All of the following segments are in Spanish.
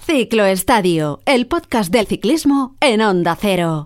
Cicloestadio, el podcast del ciclismo en Onda Cero.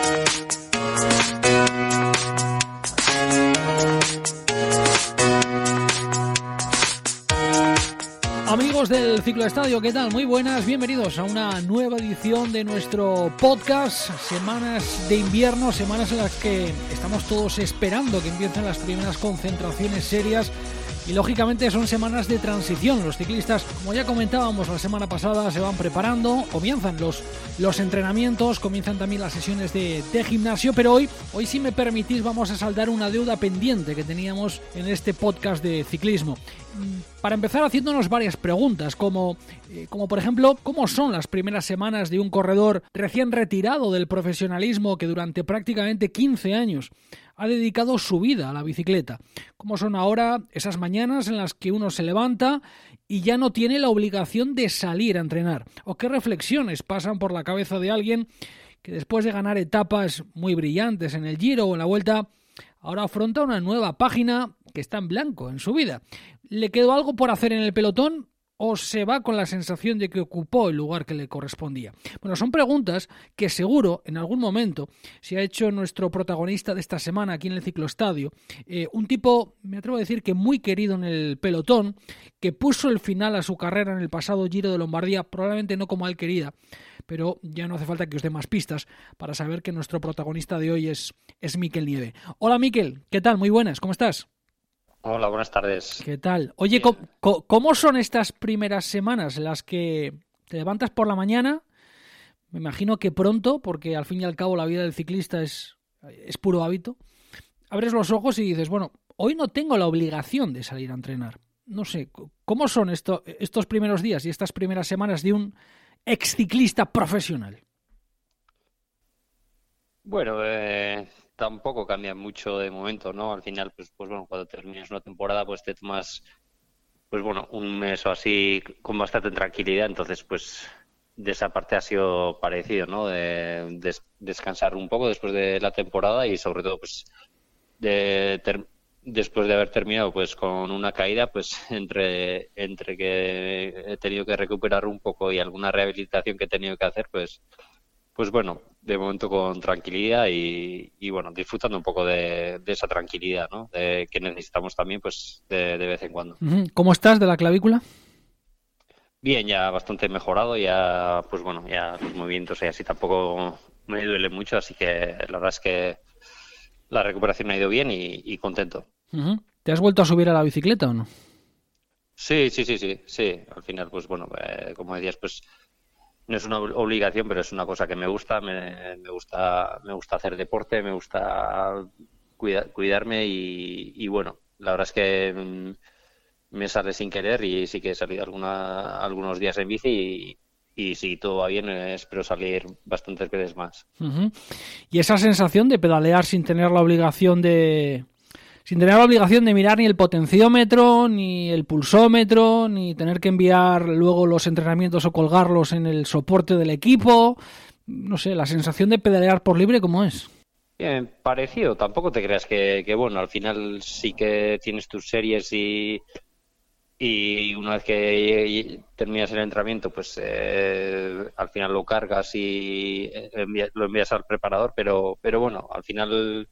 Amigos del Cicloestadio, ¿qué tal? Muy buenas, bienvenidos a una nueva edición de nuestro podcast. Semanas de invierno, semanas en las que estamos todos esperando que empiecen las primeras concentraciones serias. Y lógicamente son semanas de transición. Los ciclistas, como ya comentábamos la semana pasada, se van preparando, comienzan los entrenamientos, comienzan también las sesiones de gimnasio, pero hoy si me permitís vamos a saldar una deuda pendiente que teníamos en este podcast de ciclismo. Para empezar haciéndonos varias preguntas, como por ejemplo, ¿cómo son las primeras semanas de un corredor recién retirado del profesionalismo que durante prácticamente 15 años ha dedicado su vida a la bicicleta? ¿Cómo son ahora esas mañanas en las que uno se levanta y ya no tiene la obligación de salir a entrenar? ¿O qué reflexiones pasan por la cabeza de alguien que después de ganar etapas muy brillantes en el Giro o en la Vuelta, ahora afronta una nueva página que está en blanco en su vida? ¿Le quedó algo por hacer en el pelotón o se va con la sensación de que ocupó el lugar que le correspondía? Bueno, son preguntas que seguro en algún momento se ha hecho nuestro protagonista de esta semana aquí en el Cicloestadio, un tipo, me atrevo a decir que muy querido en el pelotón, que puso el final a su carrera en el pasado Giro de Lombardía, probablemente no como a él quería, pero ya no hace falta que os dé más pistas para saber que nuestro protagonista de hoy es Mikel Nieve. Hola Mikel, ¿qué tal? Muy buenas, ¿cómo estás? Hola, buenas tardes. ¿Qué tal? Oye, ¿cómo son estas primeras semanas en las que te levantas por la mañana? Me imagino que pronto, porque al fin y al cabo la vida del ciclista es puro hábito. Abres los ojos y dices, bueno, hoy no tengo la obligación de salir a entrenar. No sé, ¿cómo son estos primeros días y estas primeras semanas de un exciclista profesional? Bueno, tampoco cambia mucho de momento, ¿no? Al final, pues bueno, cuando terminas una temporada, pues te tomas, pues bueno, un mes o así con bastante tranquilidad. Entonces, pues de esa parte ha sido parecido, ¿no? De descansar un poco después de la temporada y sobre todo, pues después de haber terminado, pues con una caída, pues entre que he tenido que recuperar un poco y alguna rehabilitación que he tenido que hacer, pues bueno, de momento con tranquilidad y bueno, disfrutando un poco de esa tranquilidad, ¿no? Que necesitamos también, pues, de vez en cuando. ¿Cómo estás de la clavícula? Bien, ya bastante mejorado, ya, pues bueno, ya los movimientos y así tampoco me duele mucho, así que la verdad es que la recuperación ha ido bien y contento. ¿Te has vuelto a subir a la bicicleta o no? Sí. Al final, pues bueno, como decías, pues no es una obligación, pero es una cosa que me gusta. Me gusta hacer deporte, me gusta cuidarme y bueno, la verdad es que me sale sin querer y sí que he salido algunos días en bici y si todo va bien, espero salir bastantes veces más. Y esa sensación de pedalear sin tener la obligación de mirar ni el potenciómetro, ni el pulsómetro, ni tener que enviar luego los entrenamientos o colgarlos en el soporte del equipo. No sé, la sensación de pedalear por libre, ¿cómo es? Bien, parecido. Tampoco te creas que bueno, al final sí que tienes tus series y una vez que terminas el entrenamiento, pues al final lo cargas y lo envías al preparador, pero bueno, al final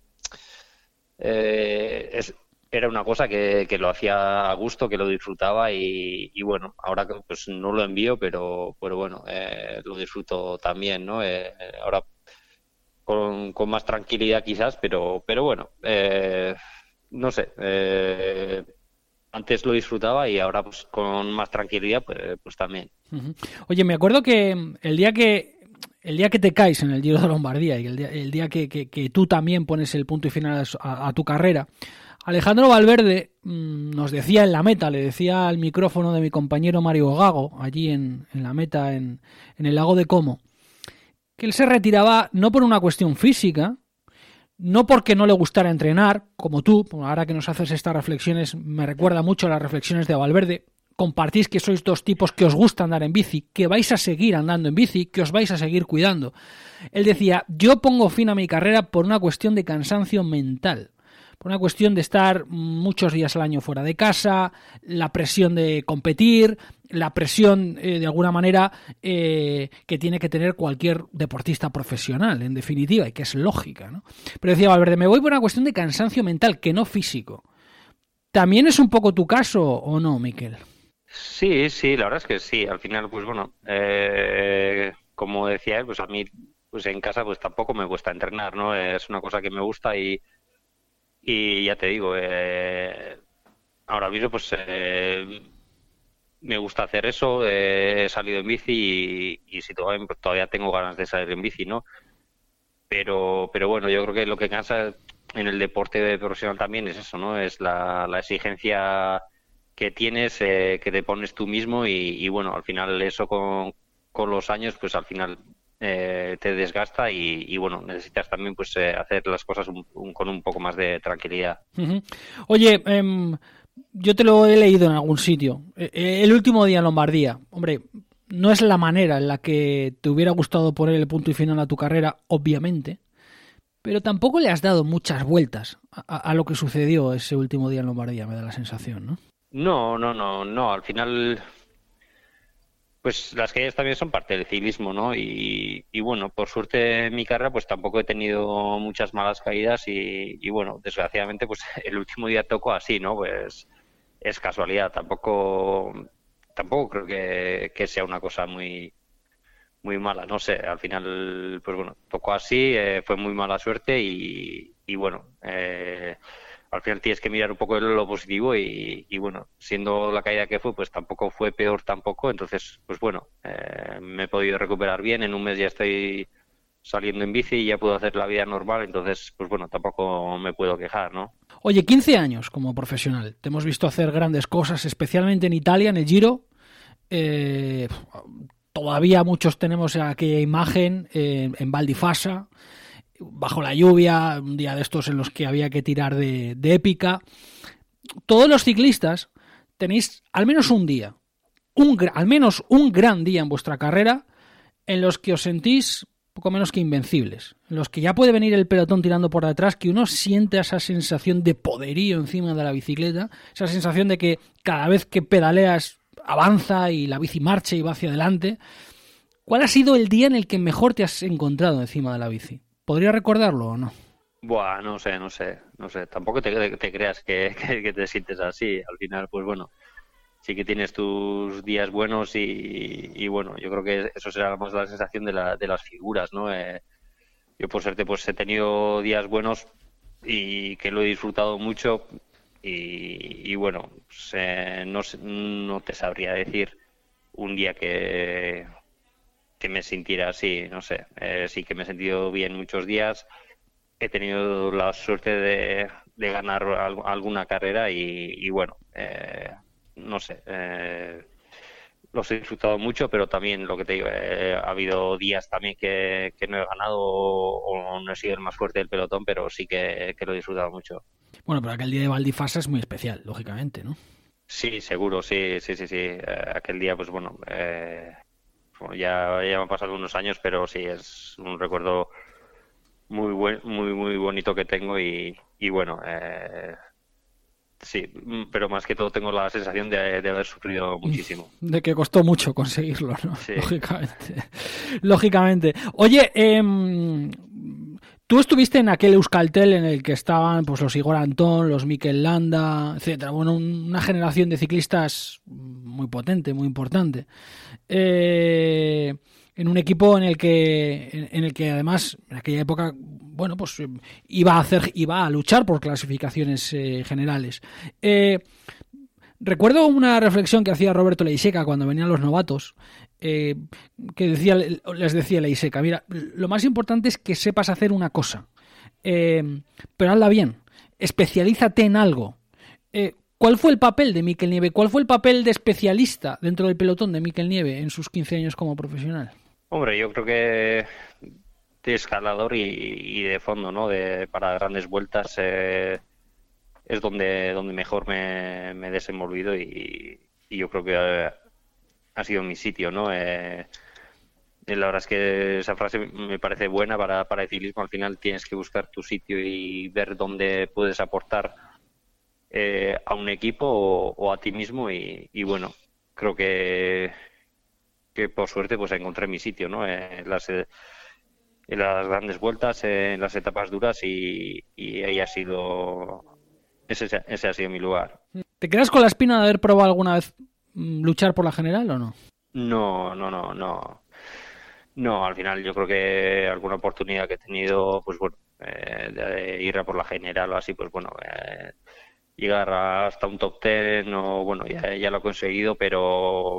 era una cosa que lo hacía a gusto, que lo disfrutaba y bueno, ahora pues no lo envío, pero bueno, lo disfruto también, ¿no? Ahora con más tranquilidad quizás, pero bueno, no sé, antes lo disfrutaba y ahora pues con más tranquilidad pues también. Oye, me acuerdo que el día que te caes en el Giro de Lombardía y el día que tú también pones el punto y final a tu carrera, Alejandro Valverde nos decía en la meta, le decía al micrófono de mi compañero Mario Gago, allí en la meta en el lago de Como, que él se retiraba no por una cuestión física, no porque no le gustara entrenar, como tú. Ahora que nos haces estas reflexiones me recuerda mucho a las reflexiones de Valverde. Compartís que sois dos tipos que os gusta andar en bici, que vais a seguir andando en bici, que os vais a seguir cuidando. Él decía, yo pongo fin a mi carrera por una cuestión de cansancio mental, por una cuestión de estar muchos días al año fuera de casa, la presión de competir, la presión, de alguna manera, que tiene que tener cualquier deportista profesional, en definitiva, y que es lógica, ¿no? Pero decía Valverde, me voy por una cuestión de cansancio mental, que no físico. ¿También es un poco tu caso o no, Miquel? Sí, sí, la verdad es que sí. Al final, pues bueno, como decía él, pues a mí, pues en casa, pues tampoco me cuesta entrenar, ¿no? Es una cosa que me gusta y ya te digo, ahora mismo, pues me gusta hacer eso. He salido en bici y si todavía tengo ganas de salir en bici, ¿no? Pero bueno, yo creo que lo que cansa en el deporte profesional también es eso, ¿no? Es la exigencia que tienes, que te pones tú mismo y bueno, al final eso con los años, pues al final te desgasta y bueno, necesitas también pues hacer las cosas con un poco más de tranquilidad. Uh-huh. Oye, yo te lo he leído en algún sitio. El último día en Lombardía, hombre, no es la manera en la que te hubiera gustado poner el punto y final a tu carrera, obviamente, pero tampoco le has dado muchas vueltas a lo que sucedió ese último día en Lombardía, me da la sensación, ¿no? No, al final, pues las caídas también son parte del ciclismo, ¿no? Y bueno, por suerte en mi carrera pues tampoco he tenido muchas malas caídas y bueno, desgraciadamente pues el último día tocó así, ¿no? Pues es casualidad, tampoco creo que sea una cosa muy mala, no sé, al final pues bueno, tocó así, fue muy mala suerte y bueno, al final tienes que mirar un poco lo positivo y bueno, siendo la caída que fue, pues tampoco fue peor tampoco, entonces pues bueno, me he podido recuperar bien, en un mes ya estoy saliendo en bici y ya puedo hacer la vida normal, entonces pues bueno, tampoco me puedo quejar, ¿no? Oye, 15 años como profesional, te hemos visto hacer grandes cosas, especialmente en Italia, en el Giro. Todavía muchos tenemos aquella imagen en Val di Fassa, bajo la lluvia, un día de estos en los que había que tirar de épica. Todos los ciclistas tenéis al menos un día, al menos un gran día en vuestra carrera en los que os sentís poco menos que invencibles, en los que ya puede venir el pelotón tirando por detrás, que uno siente esa sensación de poderío encima de la bicicleta, esa sensación de que cada vez que pedaleas avanza y la bici marcha y va hacia adelante. ¿Cuál ha sido el día en el que mejor te has encontrado encima de la bici? ¿Podrías recordarlo o no? Buah, no sé. Tampoco te creas que te sientes así. Al final, pues bueno, sí que tienes tus días buenos y bueno, yo creo que eso será más la sensación de las figuras, ¿no? Yo por suerte pues he tenido días buenos y que lo he disfrutado mucho y bueno, pues, no te sabría decir un día que me sintiera así, no sé. Sí que me he sentido bien muchos días. He tenido la suerte de ganar alguna carrera y bueno, no sé, los he disfrutado mucho, pero también lo que te digo, ha habido días también que no he ganado o no he sido el más fuerte del pelotón, pero sí que lo he disfrutado mucho. Bueno, pero aquel día de Val di Fassa es muy especial, lógicamente, ¿no? Sí, seguro, sí. Aquel día, pues bueno, ya me han pasado unos años, pero sí, es un recuerdo muy bonito que tengo y bueno, sí, pero más que todo tengo la sensación de haber sufrido muchísimo. De que costó mucho conseguirlo, ¿no? Sí. Lógicamente. Oye, tú estuviste en aquel Euskaltel en el que estaban pues los Igor Antón, los Mikel Landa, etcétera. Bueno, una generación de ciclistas muy potente, muy importante. En un equipo en el que además en aquella época, bueno, pues iba a luchar por clasificaciones generales. Recuerdo una reflexión que hacía Roberto Leyseca cuando venían los novatos, que les decía Leyseca, mira, lo más importante es que sepas hacer una cosa, pero hazla bien, especialízate en algo. ¿Cuál fue el papel de Mikel Nieve? ¿Cuál fue el papel de especialista dentro del pelotón de Mikel Nieve en sus 15 años como profesional? Hombre, yo creo que de escalador y de fondo, ¿no? Para grandes vueltas es donde mejor me he desenvolvido y yo creo que ha sido mi sitio, ¿no? La verdad es que esa frase me parece buena para el ciclismo. Al final tienes que buscar tu sitio y ver dónde puedes aportar a un equipo o a ti mismo y bueno, creo que por suerte pues encontré mi sitio, ¿no? En las grandes vueltas, en las etapas duras y ahí ha sido ese ha sido mi lugar. ¿Te quedas con la espina de haber probado alguna vez luchar por la general o no? No, al final yo creo que alguna oportunidad que he tenido, pues bueno, de ir a por la general o así, pues bueno, llegar hasta un top 10 o bueno, ya lo he conseguido, pero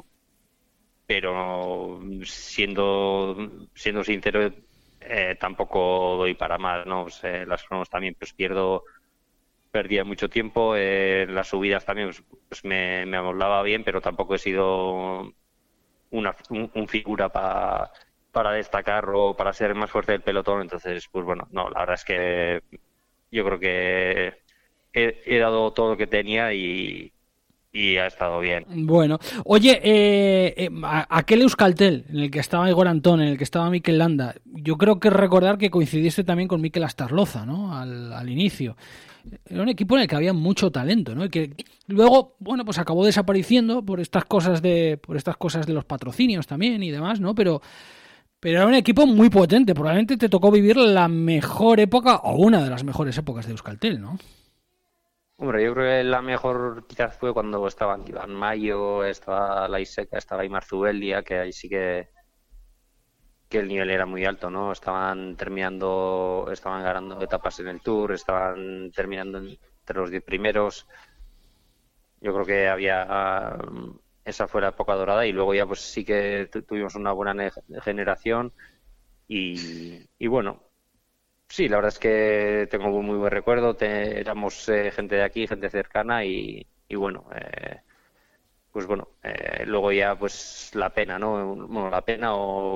siendo sincero, tampoco doy para más, ¿no? Pues, las cronos también pues perdía mucho tiempo, las subidas también pues me amoldaba bien, pero tampoco he sido un figura para destacar o para ser más fuerte del pelotón. Entonces pues bueno, no, la verdad es que yo creo que he dado todo lo que tenía y ha estado bien. Bueno, oye, aquel Euskaltel en el que estaba Igor Antón, en el que estaba Mikel Landa, yo creo que recordar que coincidiste también con Mikel Astarloza, ¿no? Al inicio. Era un equipo en el que había mucho talento, ¿no? Y que luego, bueno, pues acabó desapareciendo por estas cosas de los patrocinios también y demás, ¿no? Pero era un equipo muy potente. Probablemente te tocó vivir la mejor época o una de las mejores épocas de Euskaltel, ¿no? Hombre, yo creo que la mejor quizás fue cuando estaban Iván Mayo, estaba La Iseca, estaba Aimar Zubeldia, que ahí sí que el nivel era muy alto, ¿no? Estaban ganando etapas en el Tour, estaban terminando entre los 10 primeros. Yo creo que esa fue la época dorada y luego ya pues sí que tuvimos una buena generación y bueno. Sí, la verdad es que tengo un muy buen recuerdo. Éramos gente de aquí, gente cercana y bueno, pues bueno, luego ya pues la pena, ¿no? Bueno, la pena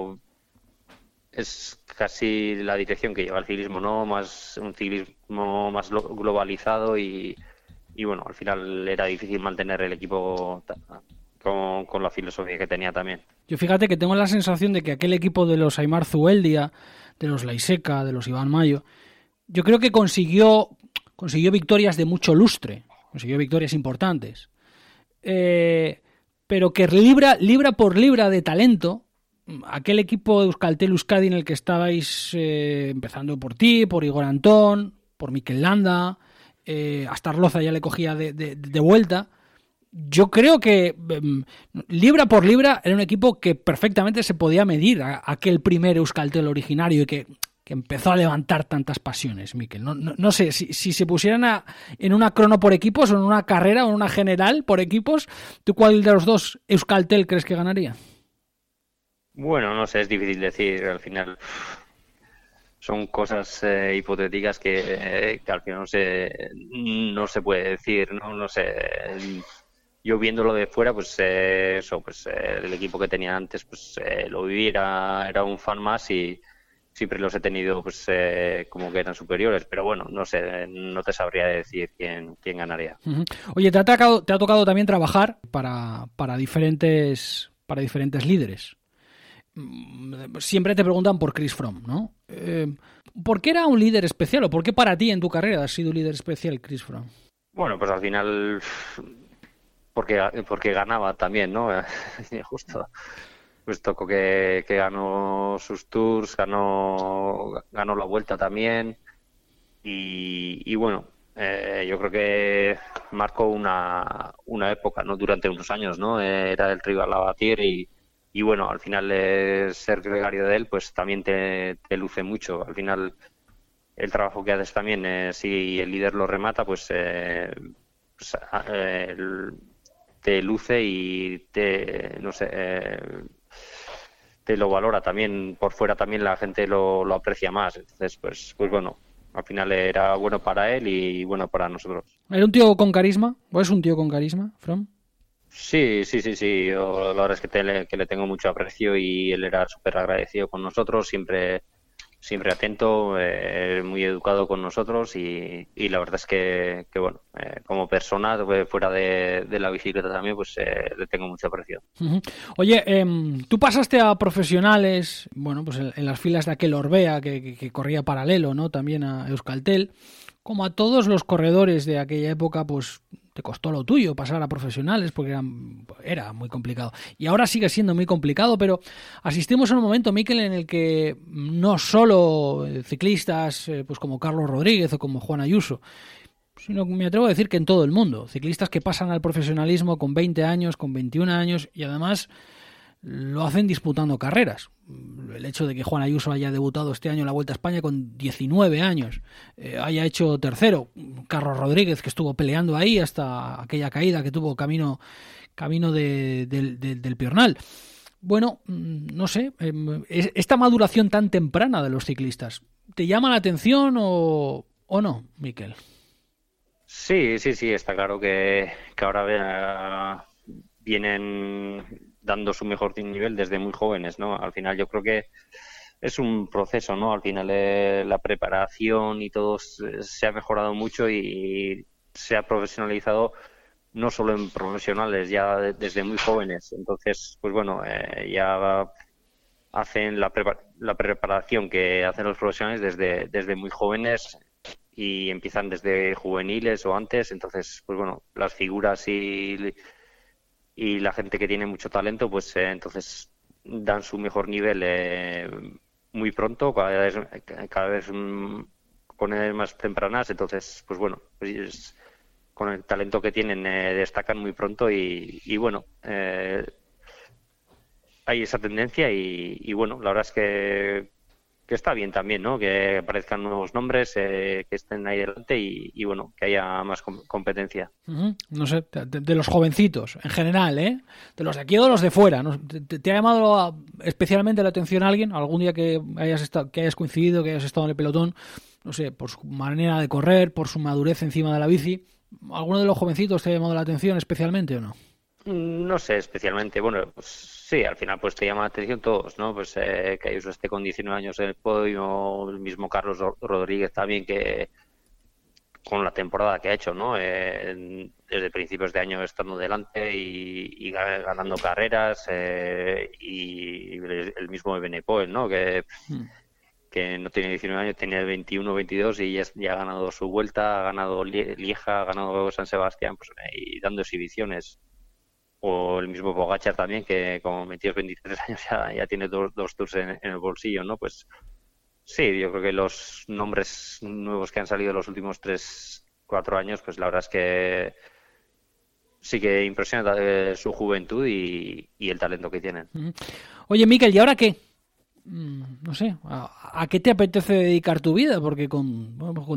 es casi la dirección que lleva el ciclismo, ¿no? Un ciclismo más globalizado y bueno, al final era difícil mantener el equipo con la filosofía que tenía también. Yo fíjate que tengo la sensación de que aquel equipo de los Aimar Zubeldia, de los La Iseca, de los Iván Mayo, yo creo que consiguió victorias de mucho lustre, consiguió victorias importantes, pero que libra por libra de talento, aquel equipo de Euskaltel Euskadi en el que estabais empezando por ti, por Igor Antón, por Mikel Landa, Astarloza ya le cogía de vuelta. Yo creo que libra por libra era un equipo que perfectamente se podía medir a aquel primer Euskaltel originario y que empezó a levantar tantas pasiones, Mikel. No sé, si se pusieran en una crono por equipos o en una carrera o en una general por equipos, ¿tú cuál de los dos Euskaltel crees que ganaría? Bueno, no sé, es difícil decir. Al final son cosas hipotéticas que al final no se puede decir, no sé. Yo viéndolo de fuera, pues el equipo que tenía antes, pues lo viví, era un fan más y siempre los he tenido pues como que eran superiores, pero bueno, no sé, no te sabría decir quién ganaría. Uh-huh. Oye, te ha tocado también trabajar para diferentes líderes. Siempre te preguntan por Chris Froome, ¿no? ¿Por qué era un líder especial o por qué para ti en tu carrera ha sido un líder especial Chris Froome? Bueno, pues al final porque ganaba también, ¿no? Justo. Pues tocó que ganó sus tours, ganó la Vuelta también y bueno, yo creo que marcó una época, ¿no? Durante unos años, ¿no? Era el rival a batir y bueno, al final ser gregario de él pues también te luce mucho. Al final el trabajo que haces también, si el líder lo remata pues te luce y te lo valora también. Por fuera también la gente lo aprecia más. Entonces pues bueno, al final era bueno para él y bueno para nosotros. ¿Era un tío con carisma? ¿O es un tío con carisma, Froome? Sí. Yo, la verdad es que le tengo mucho aprecio y él era súper agradecido con nosotros, siempre atento, muy educado con nosotros y la verdad es que bueno, como persona, fuera de la bicicleta también, pues le tengo mucho aprecio. Uh-huh. Oye, tú pasaste a profesionales, bueno, pues en las filas de aquel Orbea que corría paralelo, ¿no? También a Euskaltel, como a todos los corredores de aquella época, pues te costó lo tuyo pasar a profesionales porque era muy complicado. Y ahora sigue siendo muy complicado, pero asistimos a un momento, Mikel, en el que no solo ciclistas pues como Carlos Rodríguez o como Juan Ayuso, sino me atrevo a decir que en todo el mundo, ciclistas que pasan al profesionalismo con 20 años, con 21 años y además lo hacen disputando carreras. El hecho de que Juan Ayuso haya debutado este año en la Vuelta a España con 19 años, haya hecho tercero, Carlos Rodríguez, que estuvo peleando ahí hasta aquella caída que tuvo camino del Piornal. Bueno, no sé, esta maduración tan temprana de los ciclistas, ¿te llama la atención o no, Mikel? Sí, está claro que ahora vienen dando su mejor nivel desde muy jóvenes, ¿no? Al final yo creo que es un proceso, ¿no? Al final la preparación y todo se ha mejorado mucho y se ha profesionalizado no solo en profesionales, ya desde muy jóvenes. Entonces, pues bueno, ya hacen la preparación que hacen los profesionales desde muy jóvenes y empiezan desde juveniles o antes. Entonces, pues bueno, las figuras y la gente que tiene mucho talento, pues entonces dan su mejor nivel muy pronto, cada vez con edades más tempranas. Entonces, pues bueno, pues con el talento que tienen destacan muy pronto y bueno, hay esa tendencia y bueno, la verdad es que está bien también, ¿no? Que aparezcan nuevos nombres, que estén ahí delante y bueno, que haya más competencia. No sé, de los jovencitos, en general, ¿eh? De los de aquí o de los de fuera, ¿no? ¿Te ha llamado especialmente la atención alguien? ¿Algún día que hayas coincidido, que hayas estado en el pelotón? No sé, por su manera de correr, por su madurez encima de la bici. ¿Alguno de los jovencitos te ha llamado la atención especialmente o no? No sé, especialmente, bueno, pues sí, al final pues te llama la atención todos, ¿no? Pues que Ayuso esté con 19 años en el podio, el mismo Carlos Rodríguez también, que con la temporada que ha hecho, ¿no? Desde principios de año estando delante y ganando carreras, y el mismo Evenepoel, ¿no? Que no tiene 19 años, tiene 21, 22 y ya ha ganado su Vuelta, ha ganado Lieja, ha ganado San Sebastián, pues, y dando exhibiciones. O el mismo Pogačar también, que con 23 años ya tiene dos tours en el bolsillo, ¿no? Pues sí, yo creo que los nombres nuevos que han salido los últimos 3-4 años, pues la verdad es que sí que impresiona su juventud y el talento que tienen. Oye, Mikel, ¿y ahora qué? No sé, ¿a qué te apetece dedicar tu vida? Porque con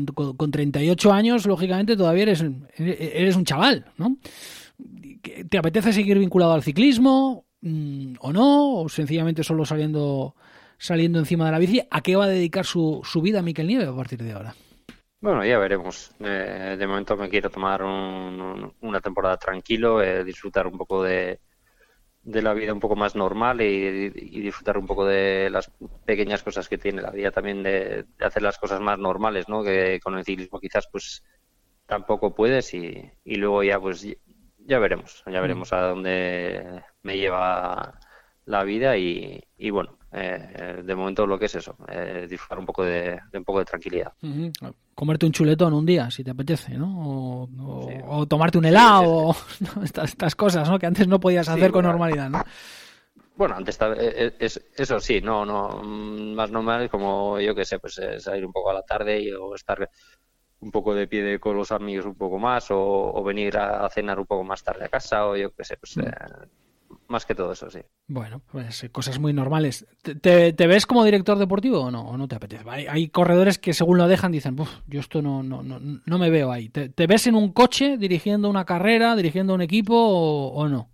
38 años, lógicamente, todavía eres un chaval, ¿no? ¿Te apetece seguir vinculado al ciclismo o no? ¿O sencillamente solo saliendo encima de la bici? ¿A qué va a dedicar su vida Mikel Nieve a partir de ahora? Bueno, ya veremos. De momento me quiero tomar una temporada tranquilo, disfrutar un poco de la vida un poco más normal y disfrutar un poco de las pequeñas cosas que tiene la vida también, de hacer las cosas más normales, ¿no? Que con el ciclismo quizás pues tampoco puedes y luego ya pues ya veremos a dónde me lleva la vida y bueno, de momento lo que es eso, disfrutar un poco de tranquilidad. Comerte un chuletón un día, si te apetece, ¿no? O tomarte un helado, sí. ¿No? Estas cosas, ¿no? Que antes no podías hacer con normalidad, ¿no? Bueno, antes eso sí, no más normal, como yo que sé, pues salir un poco a la tarde o estar un poco de pie con los amigos un poco más o venir a cenar un poco más tarde a casa o yo qué sé, pues más que todo eso, sí. Bueno, pues cosas muy normales. ¿Te ves como director deportivo o no te apetece? Hay corredores que según lo dejan dicen, yo esto no me veo ahí. ¿Te ves en un coche dirigiendo una carrera, dirigiendo un equipo o no?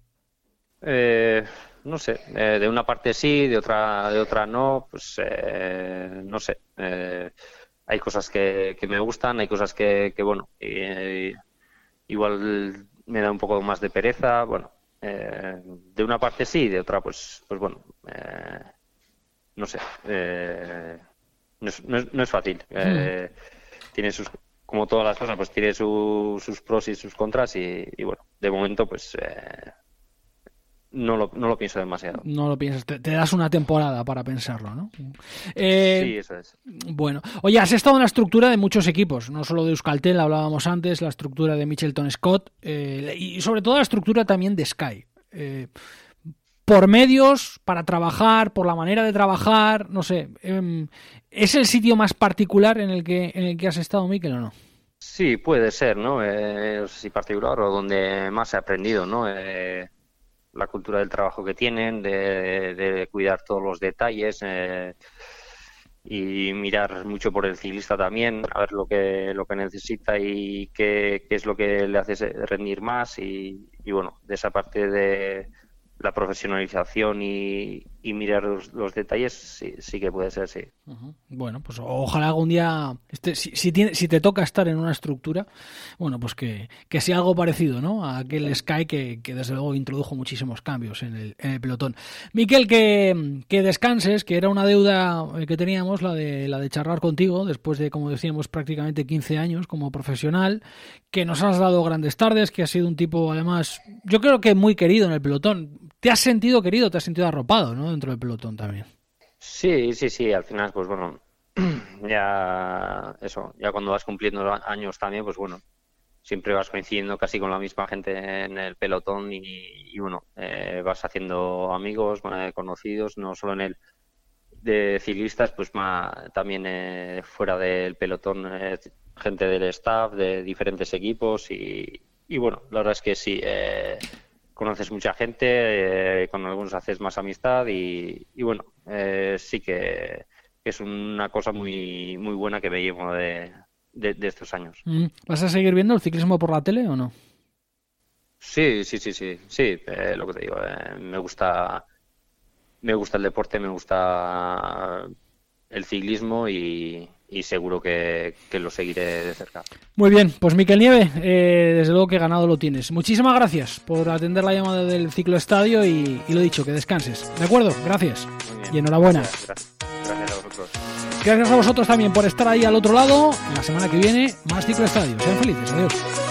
No sé, de una parte sí, de otra no, pues no sé. Hay cosas que me gustan, hay cosas que bueno, igual me da un poco más de pereza, bueno, de una parte sí, de otra pues bueno, no sé, no es fácil. Tiene como todas las cosas, pues tiene sus pros y sus contras y bueno, de momento pues no lo pienso demasiado. No lo piensas, te das una temporada para pensarlo, ¿no? Sí, eso es. Bueno, oye, has estado en la estructura de muchos equipos, no solo de Euskaltel, hablábamos antes, la estructura de Mitchelton Scott, y sobre todo la estructura también de Sky. Por medios, para trabajar, por la manera de trabajar, no sé, ¿es el sitio más particular en el que has estado, Mikel, o no? Sí, puede ser, ¿no? No sé si particular o donde más he aprendido, ¿no? La cultura del trabajo que tienen, de cuidar todos los detalles y mirar mucho por el ciclista también, a ver lo que necesita y qué es lo que le hace rendir más y bueno, de esa parte de la profesionalización y mirar los detalles sí que puede ser, sí. Uh-huh. Bueno, pues ojalá algún día si te toca estar en una estructura, bueno, pues que sea algo parecido, ¿no? A aquel Sky que desde luego introdujo muchísimos cambios en el pelotón. Mikel, que descanses, que era una deuda que teníamos, la de charlar contigo después de, como decíamos, prácticamente 15 años como profesional, que nos has dado grandes tardes, que has sido un tipo, además, yo creo que muy querido en el pelotón. ¿Te has sentido querido, te has sentido arropado, ¿no? Dentro del pelotón también. Sí, al final, pues bueno, ya cuando vas cumpliendo años también, pues bueno, siempre vas coincidiendo casi con la misma gente en el pelotón y bueno, vas haciendo amigos, conocidos, no solo en el de ciclistas, pues también fuera del pelotón, gente del staff, de diferentes equipos y bueno, la verdad es que sí, conoces mucha gente, con algunos haces más amistad y bueno, sí que es una cosa muy muy buena que me llevo de estos años. ¿Vas a seguir viendo el ciclismo por la tele o no? Sí, lo que te digo, me gusta el deporte, me gusta el ciclismo y seguro que lo seguiré de cerca. Muy bien, pues Mikel Nieve, desde luego que ganado lo tienes. Muchísimas gracias por atender la llamada del Cicloestadio y lo dicho, que descanses. ¿De acuerdo? Gracias. Y enhorabuena. Gracias a vosotros. Gracias a vosotros también por estar ahí al otro lado. La semana que viene, más Cicloestadio. Sean felices. Adiós.